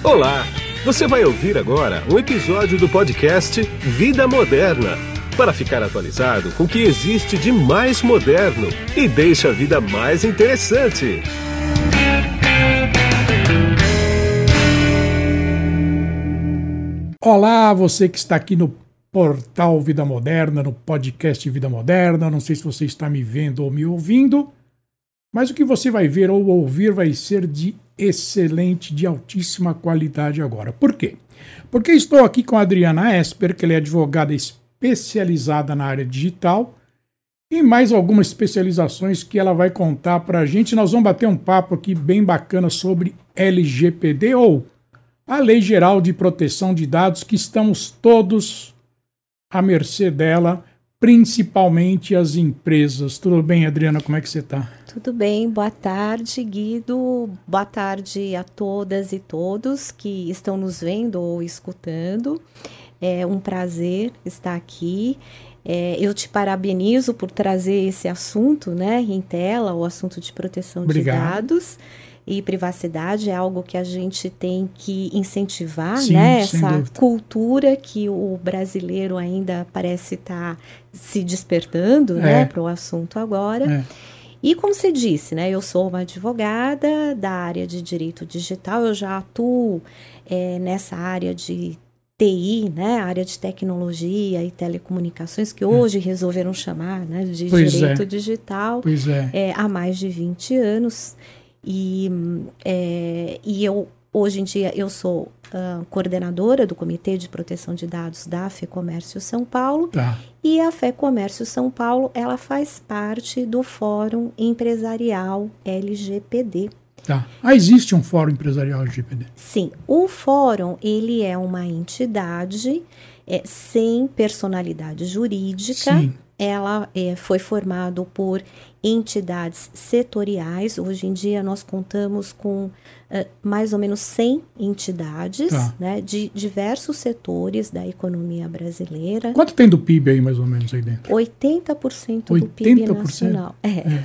Olá! Você vai ouvir agora um episódio do podcast Vida Moderna, para ficar atualizado com o que existe de mais moderno e deixa a vida mais interessante. Olá, você que está aqui no portal Vida Moderna, no podcast Vida Moderna. Não sei se você está me vendo ou me ouvindo, mas o que você vai ver ou ouvir vai ser de excelente, de altíssima qualidade agora. Por quê? Porque estou aqui com a Adriana Esper, que ela é advogada especializada na área digital, e mais algumas especializações que ela vai contar para a gente. Nós vamos bater um papo aqui bem bacana sobre LGPD, ou a Lei Geral de Proteção de Dados, que estamos todos à mercê dela, principalmente as empresas. Tudo bem, Adriana? Como é que você está? Tudo bem, boa tarde, Guido. Boa tarde a todas e todos que estão nos vendo ou escutando. É um prazer estar aqui. Eu te parabenizo por trazer esse assunto, né, em tela, o assunto de proteção de dados. E privacidade é algo que a gente tem que incentivar, sim, né? Essa cultura que o brasileiro ainda parece estar se despertando, né, para o assunto agora. E como você disse, né, eu sou uma advogada da área de direito digital, eu já atuo nessa área de TI, né, área de tecnologia e telecomunicações, que hoje resolveram chamar, né, de direito digital, há mais de 20 anos. E eu, hoje em dia, eu sou coordenadora do Comitê de Proteção de Dados da FEComércio São Paulo. E a FEComércio São Paulo, ela faz parte do Fórum Empresarial LGPD. Existe um Fórum Empresarial LGPD? Sim, o Fórum, ele é uma entidade sem personalidade jurídica. Sim. Ela foi formado por entidades setoriais. Hoje em dia nós contamos com mais ou menos 100 entidades, né, de diversos setores da economia brasileira. Quanto tem do PIB aí, mais ou menos, aí dentro? 80% do PIB nacional.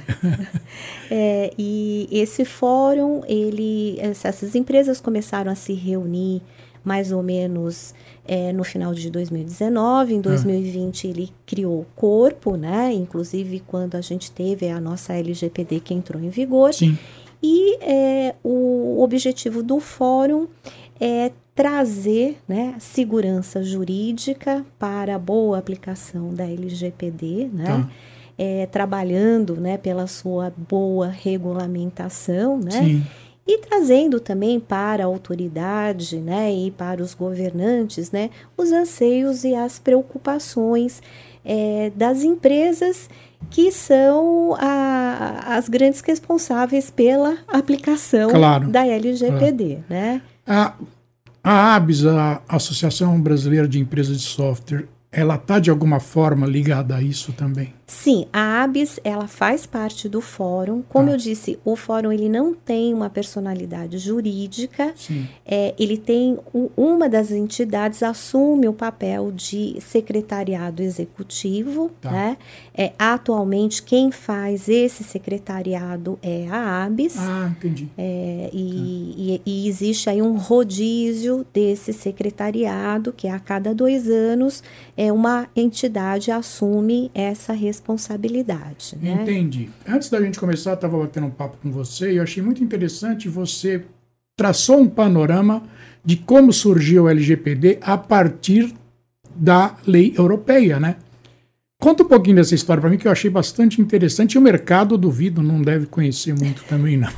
E esse fórum, essas empresas começaram a se reunir mais ou menos no final de 2019. Em 2020 ele criou o corpo, né? Inclusive quando a gente teve a nossa LGPD que entrou em vigor. Sim. E o objetivo do fórum é trazer, né, segurança jurídica para a boa aplicação da LGPD, né? Trabalhando, né, pela sua boa regulamentação, né? Sim. E trazendo também para a autoridade, né, e para os governantes, né, os anseios e as preocupações das empresas que são as grandes responsáveis pela aplicação da LGPD. Né? A ABS, a Associação Brasileira de Empresas de Software, ela está de alguma forma ligada a isso também? Sim, a ABS, ela faz parte do fórum. Como eu disse, o fórum ele não tem uma personalidade jurídica. Ele tem uma das entidades assume o papel de secretariado executivo, né? Atualmente quem faz esse secretariado é a ABS. Entendi. E existe aí um rodízio desse secretariado que a cada 2 anos uma entidade assume essa responsabilidade. Né? Entendi. Antes da gente começar, eu estava batendo um papo com você e eu achei muito interessante, você traçou um panorama de como surgiu o LGPD a partir da lei europeia, né? Conta um pouquinho dessa história para mim, que eu achei bastante interessante, e o mercado, eu duvido, não deve conhecer muito também, não.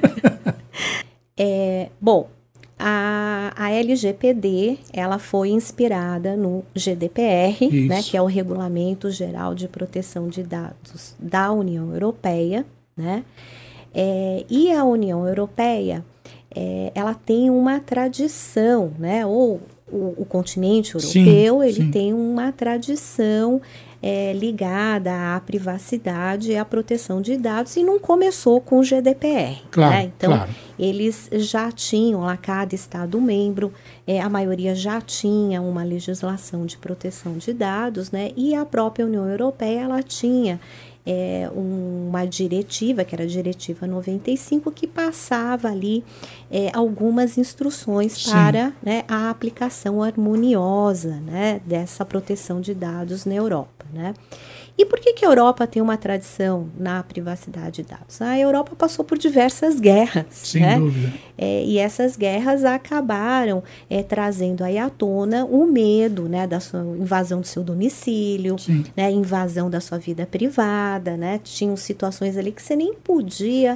Bom, a LGPD, ela foi inspirada no GDPR, né, que é o Regulamento Geral de Proteção de Dados da União Europeia, né? E a União Europeia, ela tem uma tradição, né? Ou o continente europeu, ele tem uma tradição ligada à privacidade e à proteção de dados, e não começou com o GDPR. Né? Então, eles já tinham lá, cada Estado-membro, a maioria já tinha uma legislação de proteção de dados, né? E a própria União Europeia, ela tinha uma diretiva, que era a Diretiva 95, que passava ali algumas instruções para, né, a aplicação harmoniosa, né, dessa proteção de dados na Europa, né? E por que a Europa tem uma tradição na privacidade de dados? A Europa passou por diversas guerras, sem né? dúvida. E essas guerras acabaram trazendo aí à tona o medo, né, da sua invasão do seu domicílio, né, invasão da sua vida privada, né? Tinham situações ali que você nem podia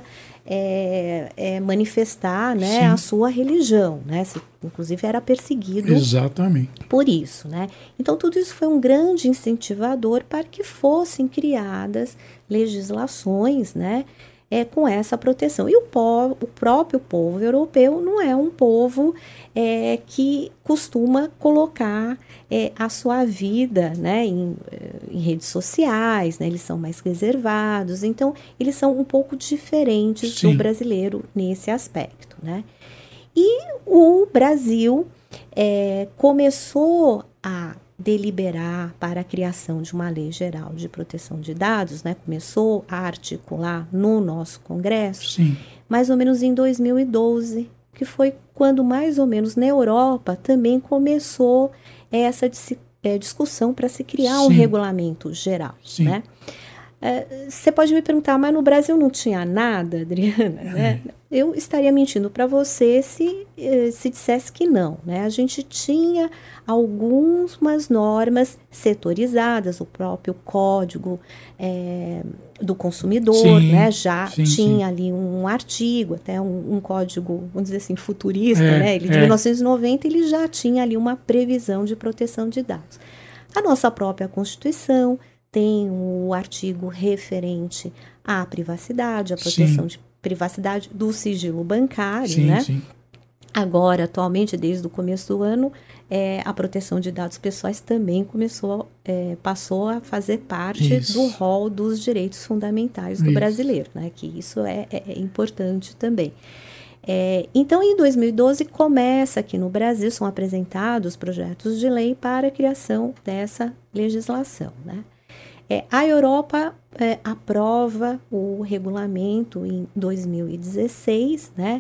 manifestar, né, a sua religião, né? Você, inclusive, era perseguido. Exatamente. Por isso, né? Então, tudo isso foi um grande incentivador para que fossem criadas legislações, né, com essa proteção. E o próprio povo europeu não é um povo que costuma colocar a sua vida, né, em redes sociais, né? Eles são mais reservados, então eles são um pouco diferentes do brasileiro nesse aspecto, né? E o Brasil começou a deliberar para a criação de uma lei geral de proteção de dados, né? Começou a articular no nosso Congresso, mais ou menos em 2012, que foi quando mais ou menos na Europa também começou essa discussão para se criar um regulamento geral, né? Você pode me perguntar, mas no Brasil não tinha nada, Adriana, né? Eu estaria mentindo para você se dissesse que não, né? A gente tinha algumas normas setorizadas, o próprio Código do Consumidor, né? Já tinha ali um artigo, até um código, vamos dizer assim, futurista, né? Ele de 1990, ele já tinha ali uma previsão de proteção de dados. A nossa própria Constituição tem o artigo referente à privacidade, à proteção de privacidade do sigilo bancário, né? Agora, atualmente, desde o começo do ano, a proteção de dados pessoais também passou a fazer parte do rol dos direitos fundamentais do brasileiro, né? Que isso é importante também. Então, em 2012, começa aqui no Brasil, são apresentados projetos de lei para a criação dessa legislação, né? A Europa aprova o regulamento em 2016, né?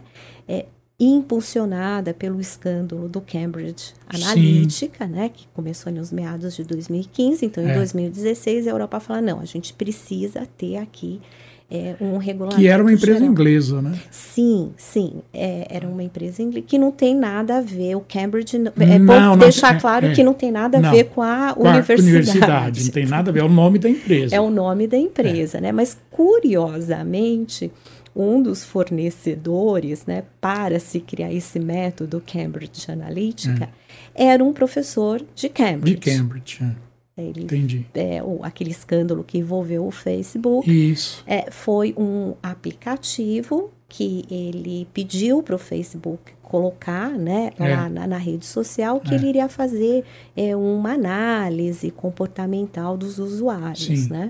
Impulsionada pelo escândalo do Cambridge Analytica, né? Que começou nos meados de 2015. Então, em 2016, a Europa fala, não, a gente precisa ter aqui um regulamento que era uma empresa geral. Inglesa, né? Sim. Era uma empresa inglesa que não tem nada a ver. O Cambridge, bom deixar claro que não tem nada a ver com a universidade. Não tem nada a ver, é o nome da empresa. É o nome da empresa, né? Mas, curiosamente, um dos fornecedores, né, para se criar esse método Cambridge Analytica era um professor de Cambridge. De Cambridge, entendi. Aquele escândalo que envolveu o Facebook. Isso. Foi um aplicativo que ele pediu para o Facebook colocar, né, lá na rede social, que ele iria fazer uma análise comportamental dos usuários, né?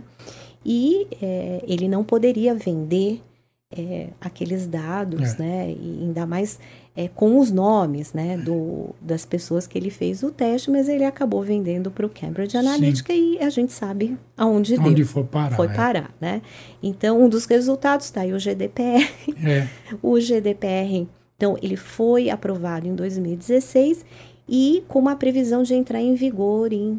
E ele não poderia vender aqueles dados, né? E ainda mais com os nomes, né, das pessoas que ele fez o teste, mas ele acabou vendendo para o Cambridge Analytica e a gente sabe aonde deu. Onde foi parar. Foi parar, né? Então, um dos resultados está aí o GDPR. O GDPR, então, ele foi aprovado em 2016 e com uma previsão de entrar em vigor em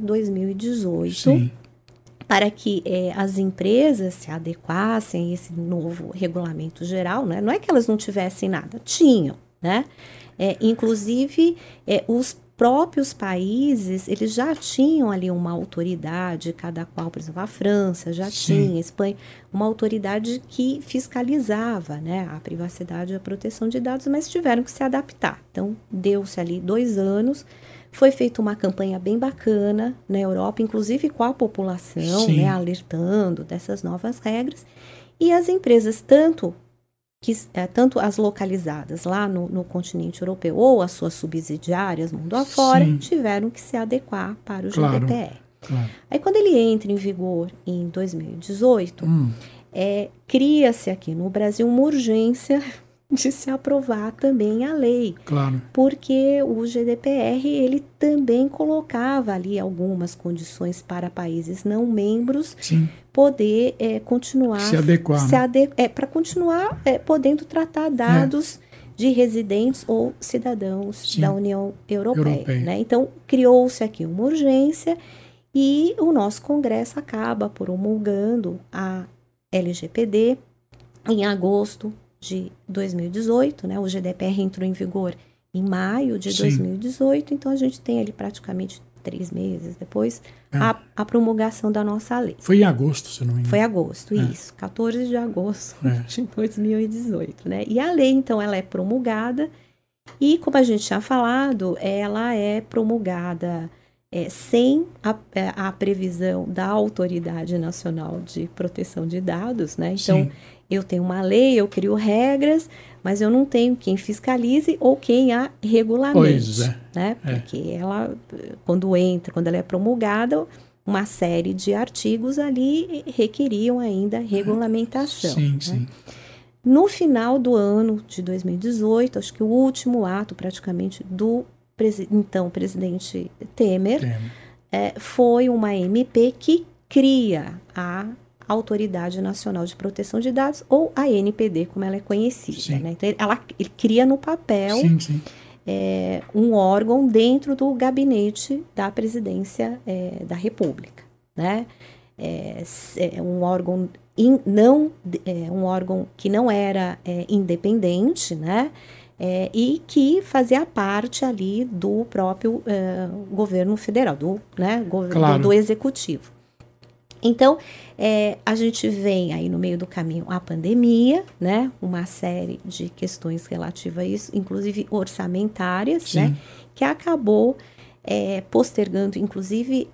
2018. Para que as empresas se adequassem a esse novo regulamento geral, né? Não é que elas não tivessem nada, tinham, né? Inclusive, os próprios países, eles já tinham ali uma autoridade, cada qual, por exemplo, a França já tinha, a Espanha, uma autoridade que fiscalizava, né, a privacidade e a proteção de dados, mas tiveram que se adaptar. Então, deu-se ali 2 anos, foi feita uma campanha bem bacana na Europa, inclusive com a população, né, alertando dessas novas regras. E as empresas, tanto as localizadas lá no continente europeu ou as suas subsidiárias mundo afora, tiveram que se adequar para o GDPR. Aí, quando ele entra em vigor em 2018, cria-se aqui no Brasil uma urgência de se aprovar também a lei. Claro. Porque o GDPR, ele também colocava ali algumas condições para países não membros Sim. poder continuar... Se adequar. Para continuar podendo tratar dados de residentes ou cidadãos da União Europeia. Né? Então, criou-se aqui uma urgência e o nosso Congresso acaba promulgando a LGPD em agosto de 2018, né? O GDPR entrou em vigor em maio de 2018, então a gente tem ali praticamente 3 meses depois a promulgação da nossa lei. Foi em agosto, se não me engano. Foi agosto, isso, 14 de agosto de 2018, né? E a lei, então, ela é promulgada e, como a gente tinha falado, ela é promulgada sem a previsão da Autoridade Nacional de Proteção de Dados, né? Então, eu tenho uma lei, eu crio regras, mas eu não tenho quem fiscalize ou quem a regulamente, né? Porque ela, quando ela é promulgada, uma série de artigos ali requeriam ainda regulamentação. Sim, né? sim. No final do ano de 2018, acho que o último ato praticamente do então presidente Temer. Foi uma MP que cria a Autoridade Nacional de Proteção de Dados, ou a ANPD, como ela é conhecida. Né? Então, ele cria no papel um órgão dentro do gabinete da presidência da República. Né? Um órgão um órgão que não era independente, né? E que fazia parte ali do próprio governo federal, do executivo. Então, a gente vem aí no meio do caminho a pandemia, né? Uma série de questões relativas a isso, inclusive orçamentárias, né? Que acabou postergando, inclusive,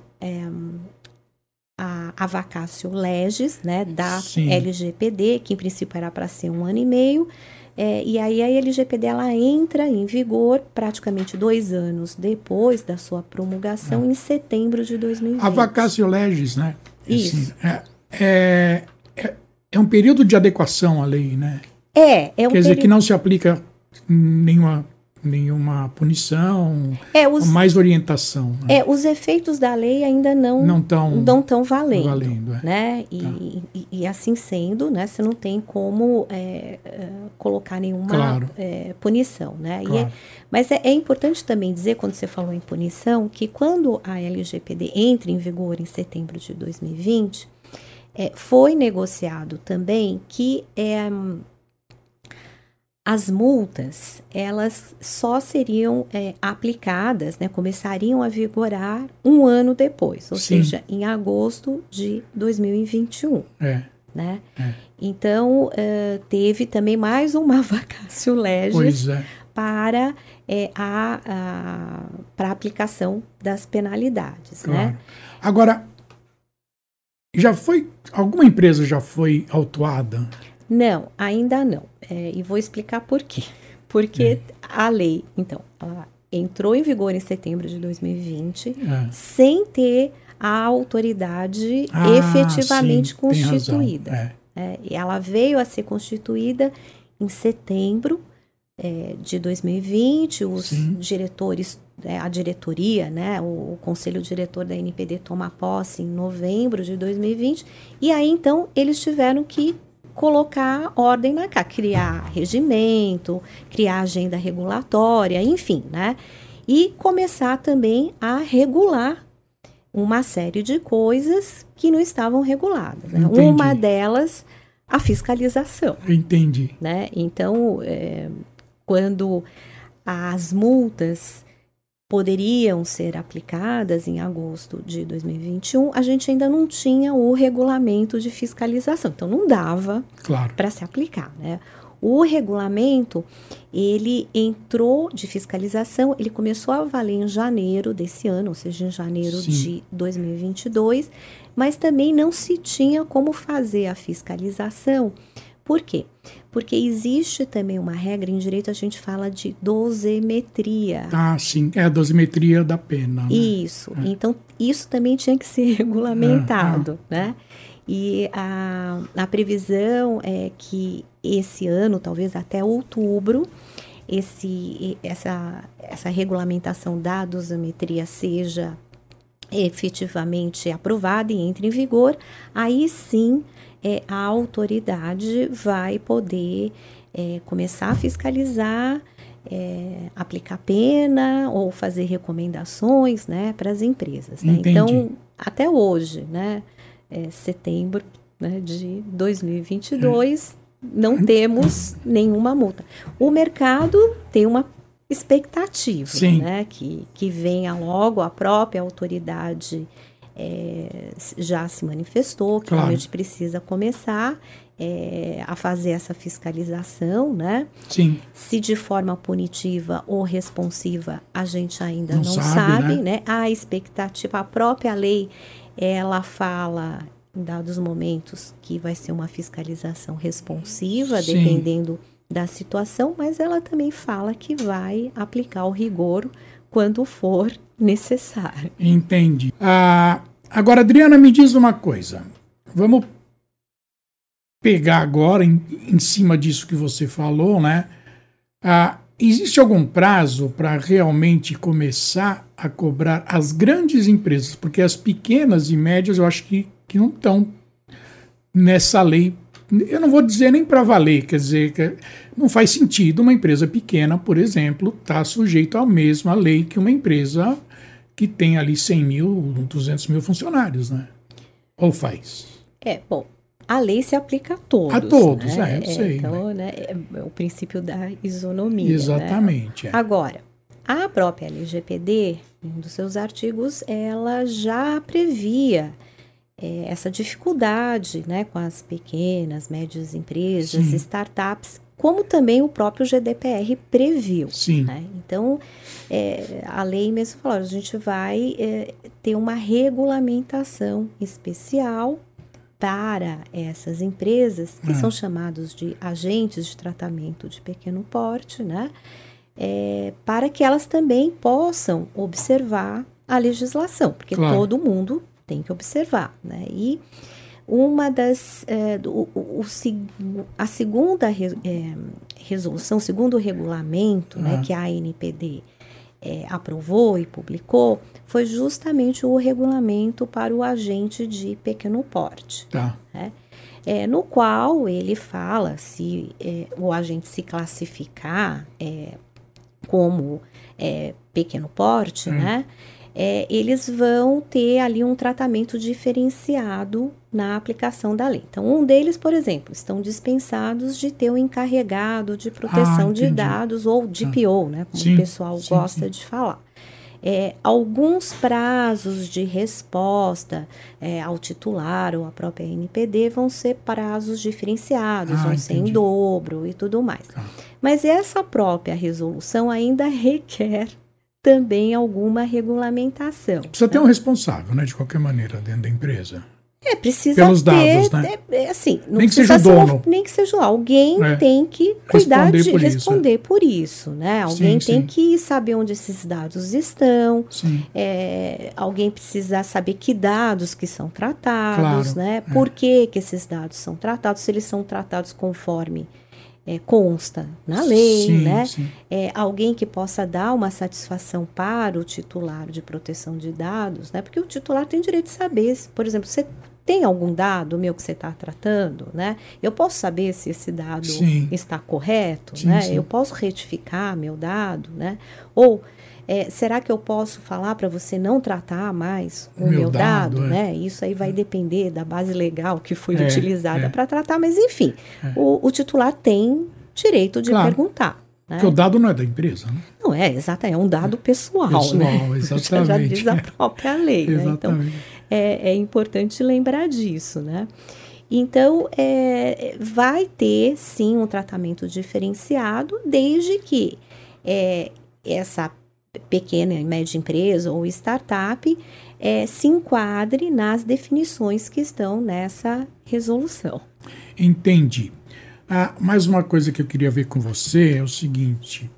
a vacatio legis, né? Da LGPD, que em princípio era para ser 1 ano e meio, e aí a LGPD ela entra em vigor praticamente 2 anos depois da sua promulgação, em setembro de 2020. A vacatio legis, né? Isso. Assim, é um período de adequação à lei, né? Quer dizer que não se aplica nenhuma punição, mais orientação. Né? Os efeitos da lei ainda não estão valendo, né? E assim sendo, né? Você não tem como colocar nenhuma punição, né? Claro. Mas é importante também dizer, quando você falou em punição, que quando a LGPD entra em vigor em setembro de 2020, foi negociado também que as multas, elas só seriam aplicadas, né, começariam a vigorar 1 ano depois, ou seja, em agosto de 2021. Né? Então, teve também mais uma vacatio legis para a aplicação das penalidades. Claro. Né? Agora, alguma empresa já foi autuada? Não, ainda não. E vou explicar por quê. Porque a lei, então, ela entrou em vigor em setembro de 2020, sem ter a autoridade efetivamente constituída. E ela veio a ser constituída em setembro de 2020, os diretores, a diretoria, né, o conselho diretor da ANPD toma posse em novembro de 2020, e aí então eles tiveram que colocar ordem na casa, criar regimento, criar agenda regulatória, enfim, né, e começar também a regular uma série de coisas que não estavam reguladas. Né? Uma delas, a fiscalização. Entendi. Né? Então, quando as multas poderiam ser aplicadas em agosto de 2021, a gente ainda não tinha o regulamento de fiscalização. Então, não dava para se aplicar, né? O regulamento, ele entrou de fiscalização, ele começou a valer em janeiro desse ano, ou seja, em janeiro de 2022, mas também não se tinha como fazer a fiscalização. Por quê? Porque existe também uma regra, em direito a gente fala de dosimetria. Ah, sim, é a dosimetria da pena. Né? Isso, então isso também tinha que ser regulamentado, né? E a previsão é que esse ano, talvez até outubro, essa regulamentação da dosimetria seja efetivamente aprovada e entre em vigor. Aí sim a autoridade vai poder começar a fiscalizar, aplicar pena ou fazer recomendações, né, para as empresas. Né? Então, até hoje, né, setembro, né, de 2022, não temos nenhuma multa. O mercado tem uma expectativa, né, que venha logo, a própria autoridade já se manifestou, que a gente precisa começar a fazer essa fiscalização, né? Sim. Se de forma punitiva ou responsiva, a gente ainda não sabe, né? A expectativa, a própria lei, ela fala em dados momentos que vai ser uma fiscalização responsiva, sim, dependendo da situação, mas ela também fala que vai aplicar o rigor quando for necessário. Entendi. Agora, Adriana, me diz uma coisa. Vamos pegar agora, em cima disso que você falou, né? Existe algum prazo para realmente começar a cobrar as grandes empresas? Porque as pequenas e médias eu acho que não estão nessa lei. Eu não vou dizer nem para valer, quer dizer, que não faz sentido uma empresa pequena, por exemplo, estar sujeita à mesma lei que uma empresa que tem ali 100 mil, 200 mil funcionários, né? Ou faz? Bom, a lei se aplica a todos. A todos, né? Eu sei. Então, né, é o princípio da isonomia. Exatamente. Né? Agora, a própria LGPD, em um dos seus artigos, ela já previa essa dificuldade, né, com as pequenas, médias empresas, sim, startups, como também o próprio GDPR previu. Sim. Né? Então, a lei mesmo falou, a gente vai ter uma regulamentação especial para essas empresas, que são chamados de agentes de tratamento de pequeno porte, né? Para que elas também possam observar a legislação, porque todo mundo tem que observar, né? E uma das a segunda resolução, segundo regulamento, né, que a ANPD aprovou e publicou, foi justamente o regulamento para o agente de pequeno porte, né? No qual ele fala se o agente se classificar como pequeno porte, né? Eles vão ter ali um tratamento diferenciado na aplicação da lei. Então, um deles, por exemplo, estão dispensados de ter um encarregado de proteção de dados ou DPO, né, como o pessoal gosta de falar. Alguns prazos de resposta ao titular ou à própria NPD vão ser prazos diferenciados, vão ser em dobro e tudo mais. Mas essa própria resolução ainda requer também alguma regulamentação. Precisa ter um responsável, né, de qualquer maneira, dentro da empresa. Precisa pelos ter, dados, né? Assim, não nem que seja o dono. Nem que seja alguém tem que cuidar de responder por isso, né? Alguém tem que saber onde esses dados estão. Alguém precisa saber que dados que são tratados, né? Por que esses dados são tratados, se eles são tratados conforme consta na lei, né? Alguém que possa dar uma satisfação para o titular de proteção de dados, né? Porque o titular tem direito de saber, por exemplo, você tem algum dado meu que você está tratando, né? Eu posso saber se esse dado está correto, né? Eu posso retificar meu dado, né? Ou será que eu posso falar para você não tratar mais o meu dado, né? Isso aí vai depender da base legal que foi utilizada para tratar, mas enfim, o titular tem direito de perguntar. Né? Porque o dado não é da empresa, né? Não exato, é um dado pessoal, né? Exatamente. Já diz a própria lei, né? Então, é importante lembrar disso, né? Então, vai ter, sim, um tratamento diferenciado, desde que essa pequena e média empresa ou startup se enquadre nas definições que estão nessa resolução. Entendi. Mais uma coisa que eu queria ver com você é o seguinte.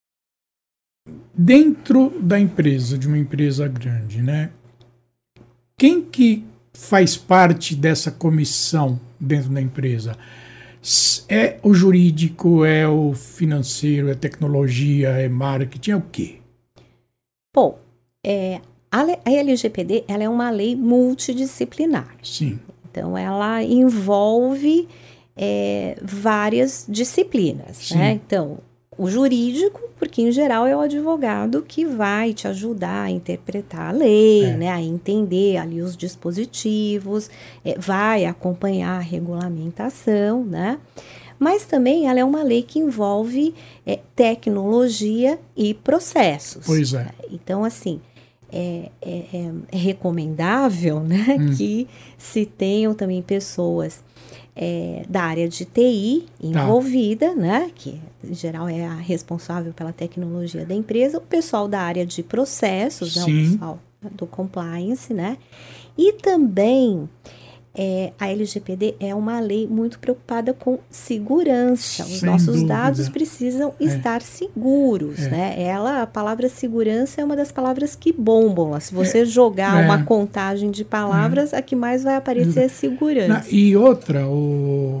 Dentro da empresa, de uma empresa grande, né? quem que faz parte dessa comissão dentro da empresa? É o jurídico, é o financeiro, é tecnologia, é marketing, é o quê? Bom, a LGPD ela é uma lei multidisciplinar. Sim. Então, ela envolve várias disciplinas, né? Então, o jurídico, porque em geral é o advogado que vai te ajudar a interpretar a lei, né? A entender ali os dispositivos, vai acompanhar a regulamentação, né? Mas também ela é uma lei que envolve tecnologia e processos. Pois é. Então, assim, é recomendável, né, que se tenham também pessoas da área de TI envolvida, né, que em geral é a responsável pela tecnologia da empresa, o pessoal da área de processos, né, o pessoal do compliance, né, e também a LGPD é uma lei muito preocupada com segurança. Os nossos dados precisam estar seguros, né? A palavra segurança é uma das palavras que bombam lá. Se você jogar uma contagem de palavras, a que mais vai aparecer é segurança. E outra, o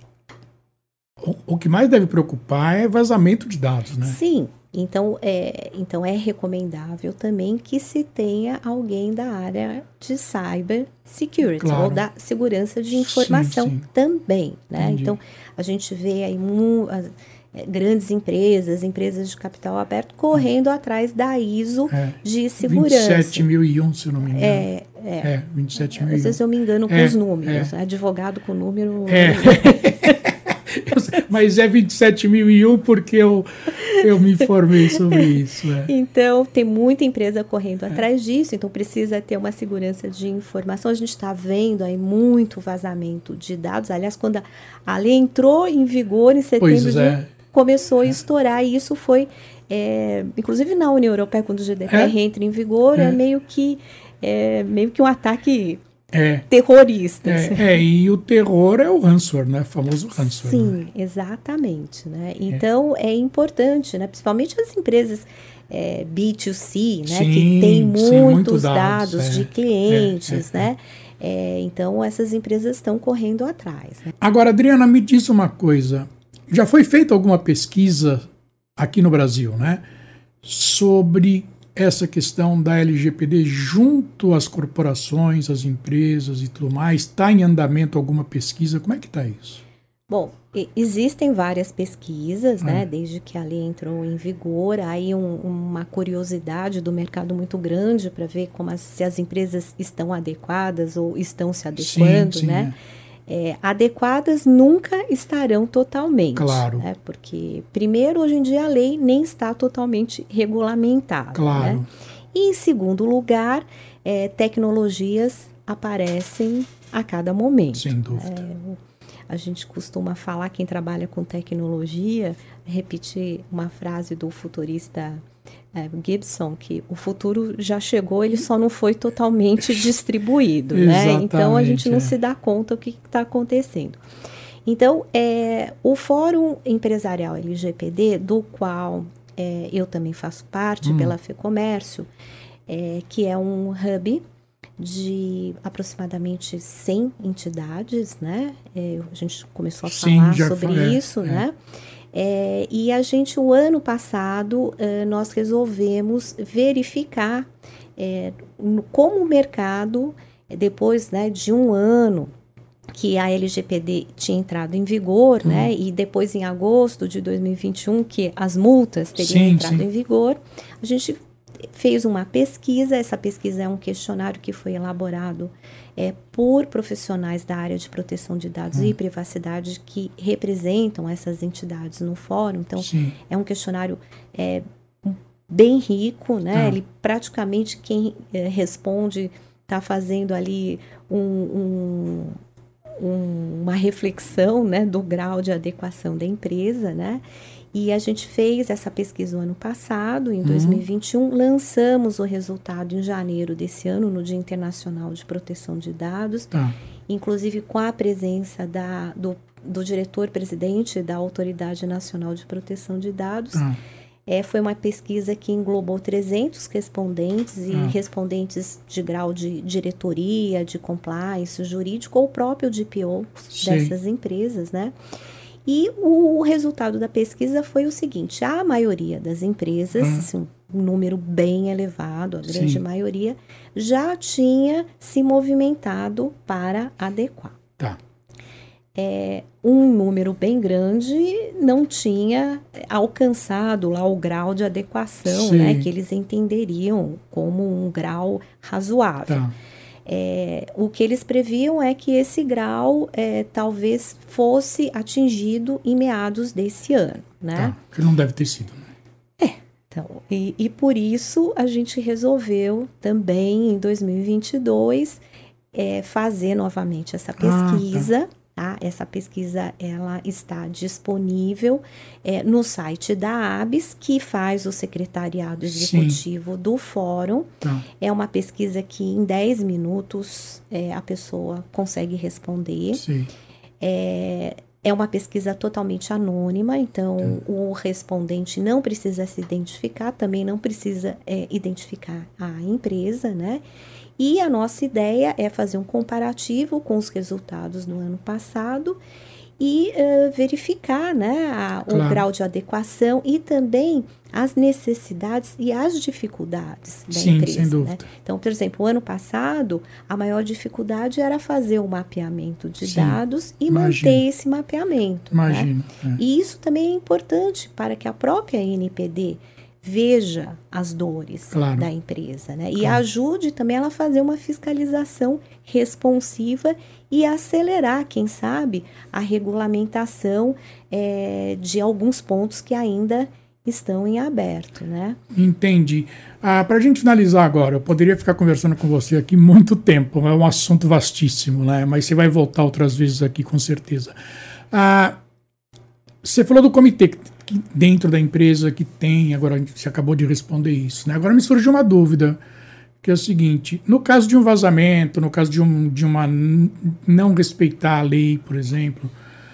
que mais deve preocupar é vazamento de dados, né? Sim. Então é recomendável também que se tenha alguém da área de cyber security, ou da segurança de informação também, né? Entendi. Então, a gente vê aí grandes empresas de capital aberto correndo atrás da ISO de segurança. 27001, se eu não me engano. 27001. Às vezes eu me engano com os números, advogado com número... Mas é 27001 porque eu me informei sobre isso. Então, tem muita empresa correndo atrás disso, então precisa ter uma segurança de informação. A gente está vendo aí muito vazamento de dados. Aliás, quando a lei entrou em vigor em setembro, começou a estourar, e isso foi, inclusive na União Europeia, quando o GDPR entra em vigor, é meio que um ataque... terrorista. E o terror é o ransomware, né? O famoso ransomware. Sim, né? exatamente. Né? Então, é importante, né? Principalmente as empresas B2C, né? Que tem muitos dados de clientes, né? Então, essas empresas estão correndo atrás. Né? Agora, Adriana, me diz uma coisa. Já foi feita alguma pesquisa aqui no Brasil, né? Sobre essa questão da LGPD junto às corporações, às empresas e tudo mais? Está em andamento alguma pesquisa? Como é que está isso? Bom, existem várias pesquisas, né? Desde que a lei entrou em vigor, aí uma curiosidade do mercado muito grande para ver se as empresas estão adequadas ou estão se adequando, né? Adequadas nunca estarão totalmente. Claro. Né? Porque, primeiro, hoje em dia a lei nem está totalmente regulamentada. Claro. Né? E, em segundo lugar, tecnologias aparecem a cada momento. Sem dúvida. A gente costuma falar, quem trabalha com tecnologia, repetir uma frase do futurista Gibson, que o futuro já chegou, ele só não foi totalmente distribuído, né? Então, a gente não se dá conta do que está acontecendo. Então, o Fórum Empresarial LGPD, do qual eu também faço parte pela FEComércio, que é um hub de aproximadamente 100 entidades, né? A gente começou a falar sobre isso, né? E a gente, o ano passado, nós resolvemos verificar como o mercado, depois, né, de um ano que a LGPD tinha entrado em vigor, né, e depois em agosto de 2021 que as multas teriam entrado em vigor, a gente fez uma pesquisa. Essa pesquisa é um questionário que foi elaborado por profissionais da área de proteção de dados e privacidade que representam essas entidades no fórum. Então, é um questionário bem rico, né? Ele praticamente, quem responde está fazendo ali uma reflexão, né, do grau de adequação da empresa, né? E a gente fez essa pesquisa no ano passado, em 2021, lançamos o resultado em janeiro desse ano, no Dia Internacional de Proteção de Dados, inclusive com a presença do diretor-presidente da Autoridade Nacional de Proteção de Dados. Foi uma pesquisa que englobou 300 respondentes e respondentes de grau de diretoria, de compliance, jurídico ou próprio DPO dessas empresas, né? E o resultado da pesquisa foi o seguinte: a maioria das empresas, assim, um número bem elevado, a grande maioria, já tinha se movimentado para adequar. Tá. Um número bem grande não tinha alcançado lá o grau de adequação, né, que eles entenderiam como um grau razoável. Tá. O que eles previam é que esse grau talvez fosse atingido em meados desse ano, né? Tá. Que não deve ter sido, né? Então, e por isso a gente resolveu também em 2022 fazer novamente essa pesquisa. Essa pesquisa ela está disponível no site da ABS, que faz o secretariado executivo do fórum. Tá. É uma pesquisa que em 10 minutos a pessoa consegue responder. Sim. É uma pesquisa totalmente anônima, então o respondente não precisa se identificar, também não precisa identificar a empresa, né? E a nossa ideia é fazer um comparativo com os resultados do ano passado e verificar, né, o grau de adequação e também as necessidades e as dificuldades da empresa. Sem dúvida. Né? Então, por exemplo, o ano passado, a maior dificuldade era fazer o mapeamento de dados e manter esse mapeamento. Imagino. Né? E isso também é importante para que a própria NPD veja as dores da empresa, né? E ajude também ela a fazer uma fiscalização responsiva e acelerar, quem sabe, a regulamentação de alguns pontos que ainda estão em aberto, né? Entendi. Para a gente finalizar agora, eu poderia ficar conversando com você aqui muito tempo, é um assunto vastíssimo, né? Mas você vai voltar outras vezes aqui, com certeza. Você falou do comitê que dentro da empresa que tem, agora você acabou de responder isso, né? Agora me surgiu uma dúvida, que é o seguinte: no caso de um vazamento, no caso de uma não respeitar a lei, por exemplo,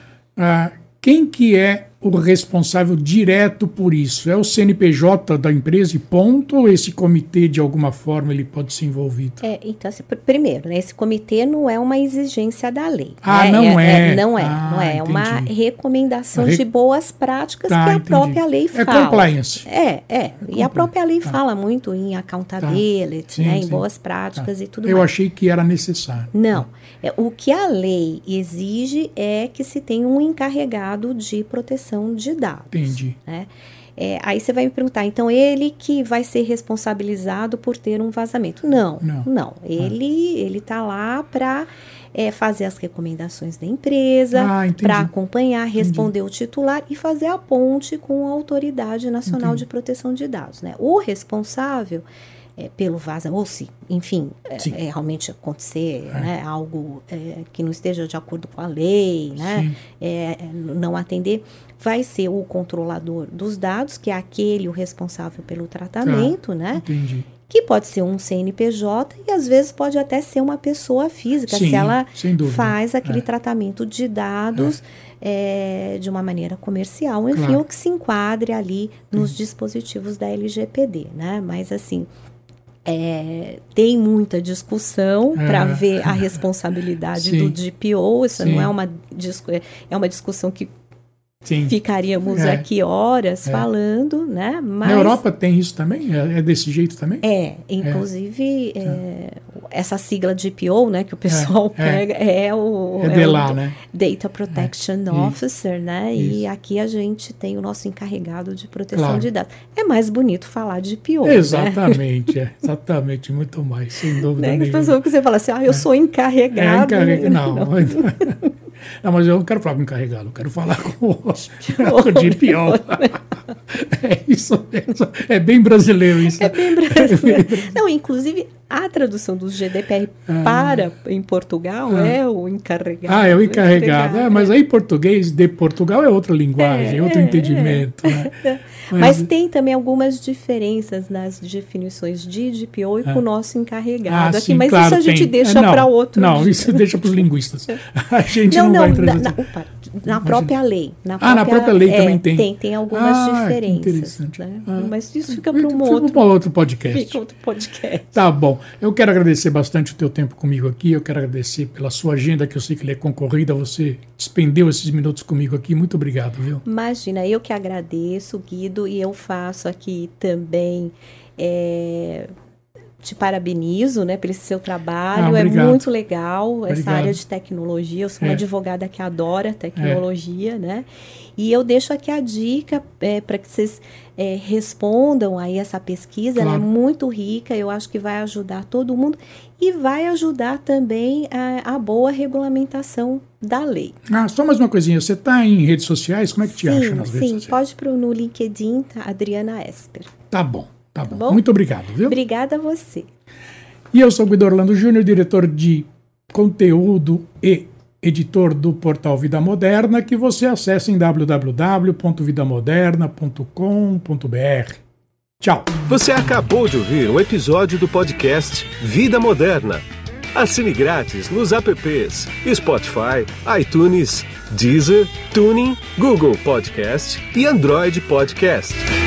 quem que é o responsável direto por isso? É o CNPJ da empresa e ponto? Ou esse comitê, de alguma forma, ele pode ser envolvido? Então, primeiro, né, esse comitê não é uma exigência da lei. Né? Não é. É uma recomendação de boas práticas que a própria lei fala. É compliance. E a própria lei fala muito em accountability, né, em boas práticas e tudo mais. Eu achei que era necessário. Não. O que a lei exige é que se tenha um encarregado de proteção de dados. Entendi. Né? Aí você vai me perguntar, então ele que vai ser responsabilizado por ter um vazamento? Não. Ele está lá para fazer as recomendações da empresa, para acompanhar, responder o titular e fazer a ponte com a Autoridade Nacional de Proteção de Dados. Né? O responsável pelo vazamento, ou se, enfim, realmente acontecer né, algo que não esteja de acordo com a lei, né, não atender, vai ser o controlador dos dados, que é aquele o responsável pelo tratamento, né? Entendi. Que pode ser um CNPJ e às vezes pode até ser uma pessoa física, se ela faz aquele tratamento de dados de uma maneira comercial, enfim, ou que se enquadre ali nos dispositivos da LGPD, né? Mas assim, tem muita discussão para ver a responsabilidade do DPO, isso não é uma discussão que ficaríamos aqui horas falando, né? Mas na Europa tem isso também? É desse jeito também? Inclusive essa sigla DPO, né, que o pessoal pega, o né? Data Protection Officer, né? Isso. E aqui a gente tem o nosso encarregado de proteção de dados. É mais bonito falar DPO, exatamente, né? Exatamente, muito mais, sem dúvida nenhuma. Que pessoa que você fala assim, eu sou encarregado. Não, mas eu não quero falar com o encarregado, eu quero falar com o DPO. É isso mesmo. É bem brasileiro isso. É bem brasileiro. Não, inclusive, A tradução do GDPR em Portugal é o encarregado. É o encarregado. Mas aí português de Portugal é outra linguagem, outro entendimento. Né? Mas tem também algumas diferenças nas definições de DPO e com o nosso encarregado aqui. Sim, mas claro, isso a gente deixa para outro dia. Não, isso deixa para os linguistas. A gente não vai entrar na própria lei. Na própria lei também tem. Tem algumas diferenças. Né? Mas isso fica para um outro podcast. Fica outro podcast. Tá bom. Eu quero agradecer bastante o teu tempo comigo aqui. Eu quero agradecer pela sua agenda, que eu sei que ela é concorrida. Você despendeu esses minutos comigo aqui. Muito obrigado, viu? Imagina, eu que agradeço, Guido, e eu faço aqui também... te parabenizo, né, pelo seu trabalho, é muito legal essa área de tecnologia. Eu sou uma advogada que adora tecnologia, né, e eu deixo aqui a dica para que vocês respondam aí essa pesquisa. Ela é muito rica, eu acho que vai ajudar todo mundo e vai ajudar também a boa regulamentação da lei. Só mais uma coisinha, você está em redes sociais? Como é que te acha nas redes sociais? Sim, pode no LinkedIn, Adriana Esper. Tá bom. Tá bom. Muito obrigado, viu? Obrigada a você. E eu sou Guido Orlando Júnior, diretor de conteúdo e editor do portal Vida Moderna, que você acessa em www.vidamoderna.com.br. Tchau. Você acabou de ouvir um episódio do podcast Vida Moderna. Assine grátis nos apps Spotify, iTunes, Deezer, Tuning, Google Podcast e Android Podcast.